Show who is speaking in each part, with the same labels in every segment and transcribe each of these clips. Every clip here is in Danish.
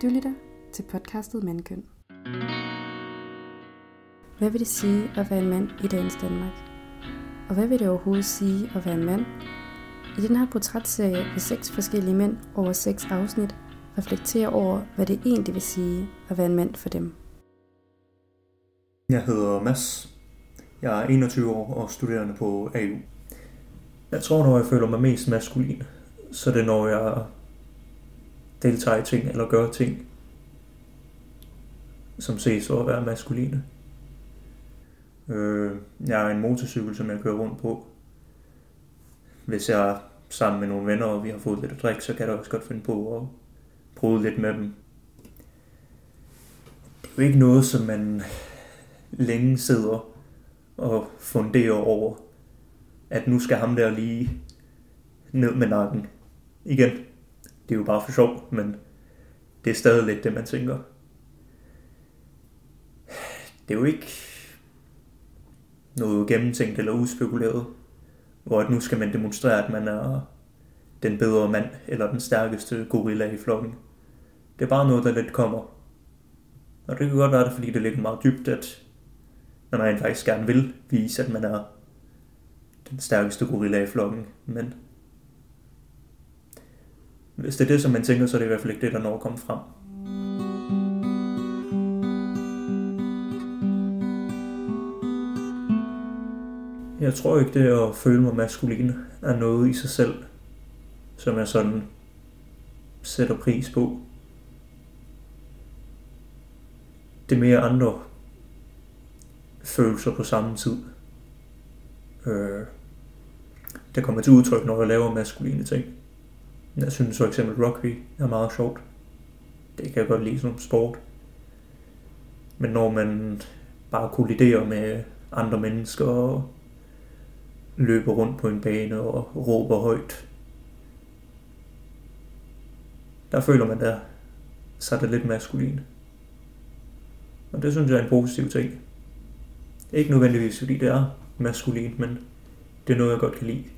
Speaker 1: Du lytter til podcastet Mandkøn. Hvad vil det sige at være en mand i dagens Danmark? Og hvad vil det overhovedet sige at være en mand? I den her portrætserie vil 6 forskellige mænd over 6 afsnit reflektere over, hvad det egentlig vil sige at være en mand for dem.
Speaker 2: Jeg hedder Mads. Jeg er 21 år og studerende på AU. Jeg tror, når jeg føler mig mest maskulin, så er det, når jeg deltager i ting eller gør ting, som ses for at være maskuline. Jeg er en motorcykel, som jeg kører rundt på. Hvis jeg er sammen med nogle venner, og vi har fået lidt at drikke, så kan jeg også godt finde på at bryde lidt med dem. Det er jo ikke noget, som man længe sidder og funderer over, at nu skal ham der lige ned med nakken. Igen, det er jo bare for sjov, men det er stadig lidt det, man tænker. Det er jo ikke noget gennemtænkt eller udspekuleret, hvor at nu skal man demonstrere, at man er den bedre mand eller den stærkeste gorilla i flokken. Det er bare noget, der lidt kommer. Og det kan godt være det, fordi det ligger meget dybt, at når man faktisk gerne vil vise, at man er den stærkeste gorilla i flokken. Men hvis det er det, som man tænker, så er det i hvert fald ikke det, der når at komme frem. Jeg tror ikke, det at føle mig maskulin er noget i sig selv, som jeg sådan sætter pris på. Det er mere andre følelser på samme tid. Det kommer til udtryk, når jeg laver maskuline ting. Jeg synes for eksempel rugby er meget sjovt. Det kan jeg godt lide som sport. Men når man bare kolliderer med andre mennesker og løber rundt på en bane og råber højt, der føler man der, så er det lidt maskulin. Og det synes jeg er en positiv ting. Ikke nødvendigvis fordi det er maskulin, men det er noget jeg godt kan lide.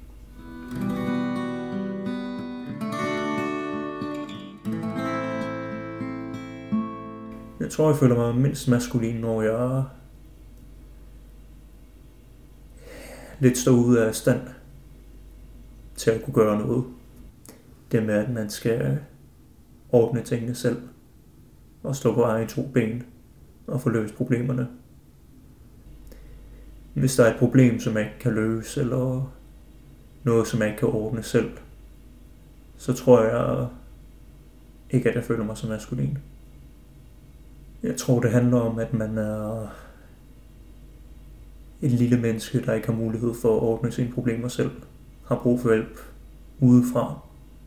Speaker 2: Jeg tror jeg føler mig mindst maskulin, når jeg lidt står ude af stand til at kunne gøre noget. Det med at man skal ordne tingene selv og stå på egne 2 ben og få løst problemerne. Hvis der er et problem, som jeg ikke kan løse, eller noget, som jeg ikke kan ordne selv, så tror jeg ikke, at jeg føler mig som maskulin. Jeg tror, det handler om, at man er et lille menneske, der ikke har mulighed for at ordne sine problemer selv, har brug for hjælp udefra.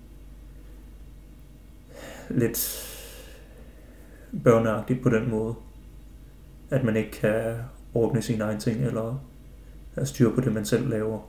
Speaker 2: Lidt børneagtigt på den måde, at man ikke kan ordne sine egne ting, eller have styr på det, man selv laver.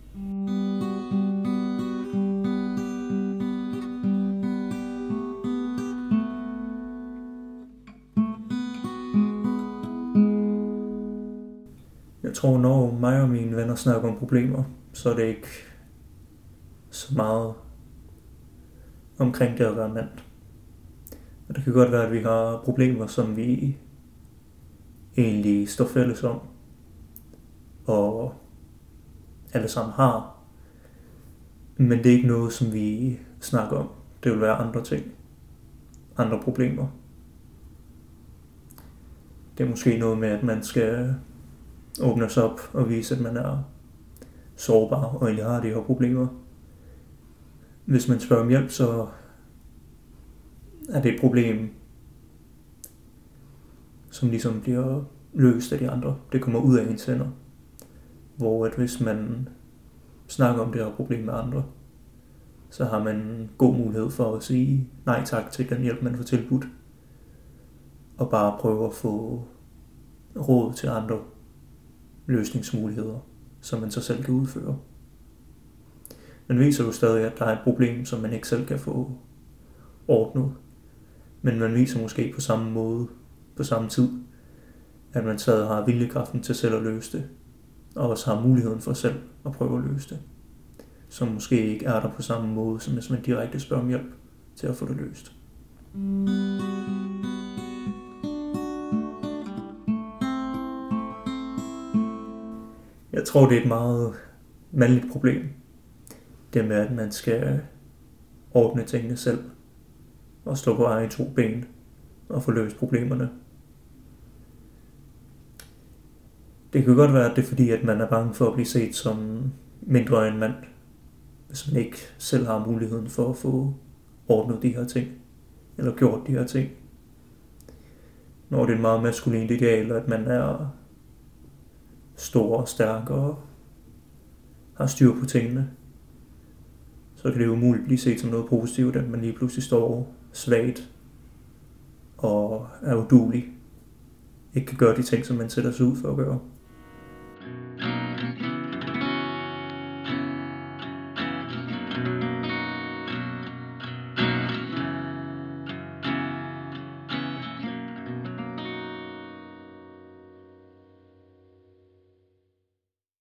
Speaker 2: Jeg tror, når mig og mine venner snakker om problemer, så er det ikke så meget omkring det at være mand. Og det kan godt være, at vi har problemer, som vi egentlig står fælles om, og alle sammen har. Men det er ikke noget, som vi snakker om. Det vil være andre ting. Andre problemer. Det er måske noget med, at man skal åbne sig op og vise, at man er sårbar og egentlig har de her problemer. Hvis man spørger om hjælp, så er det et problem, som ligesom bliver løst af de andre. Det kommer ud af ens hænder. Hvor at hvis man snakker om det her problem med andre, så har man en god mulighed for at sige nej tak til den hjælp, man får tilbudt. Og bare prøve at få råd til andre løsningsmuligheder, som man så selv kan udføre. Man viser jo stadig, at der er et problem, som man ikke selv kan få ordnet. Men man viser måske på samme måde, på samme tid, at man stadig har viljekraften til selv at løse det, og også har muligheden for selv at prøve at løse det, som måske ikke er der på samme måde, som hvis man direkte spørger om hjælp til at få det løst. Jeg tror, det er et meget mandligt problem. Det med, at man skal ordne tingene selv. Og stå på egne 2 ben. Og få løst problemerne. Det kan godt være, at det er fordi, at man er bange for at blive set som mindre end mand. Hvis man ikke selv har muligheden for at få ordnet de her ting. Eller gjort de her ting. Når det er et meget maskulint ideal, at man er stor og stærk og har styr på tingene, så kan det jo umuligt blive set som noget positivt, at man lige pludselig står svagt og er uduelig. Ikke kan gøre de ting, som man sætter sig ud for at gøre.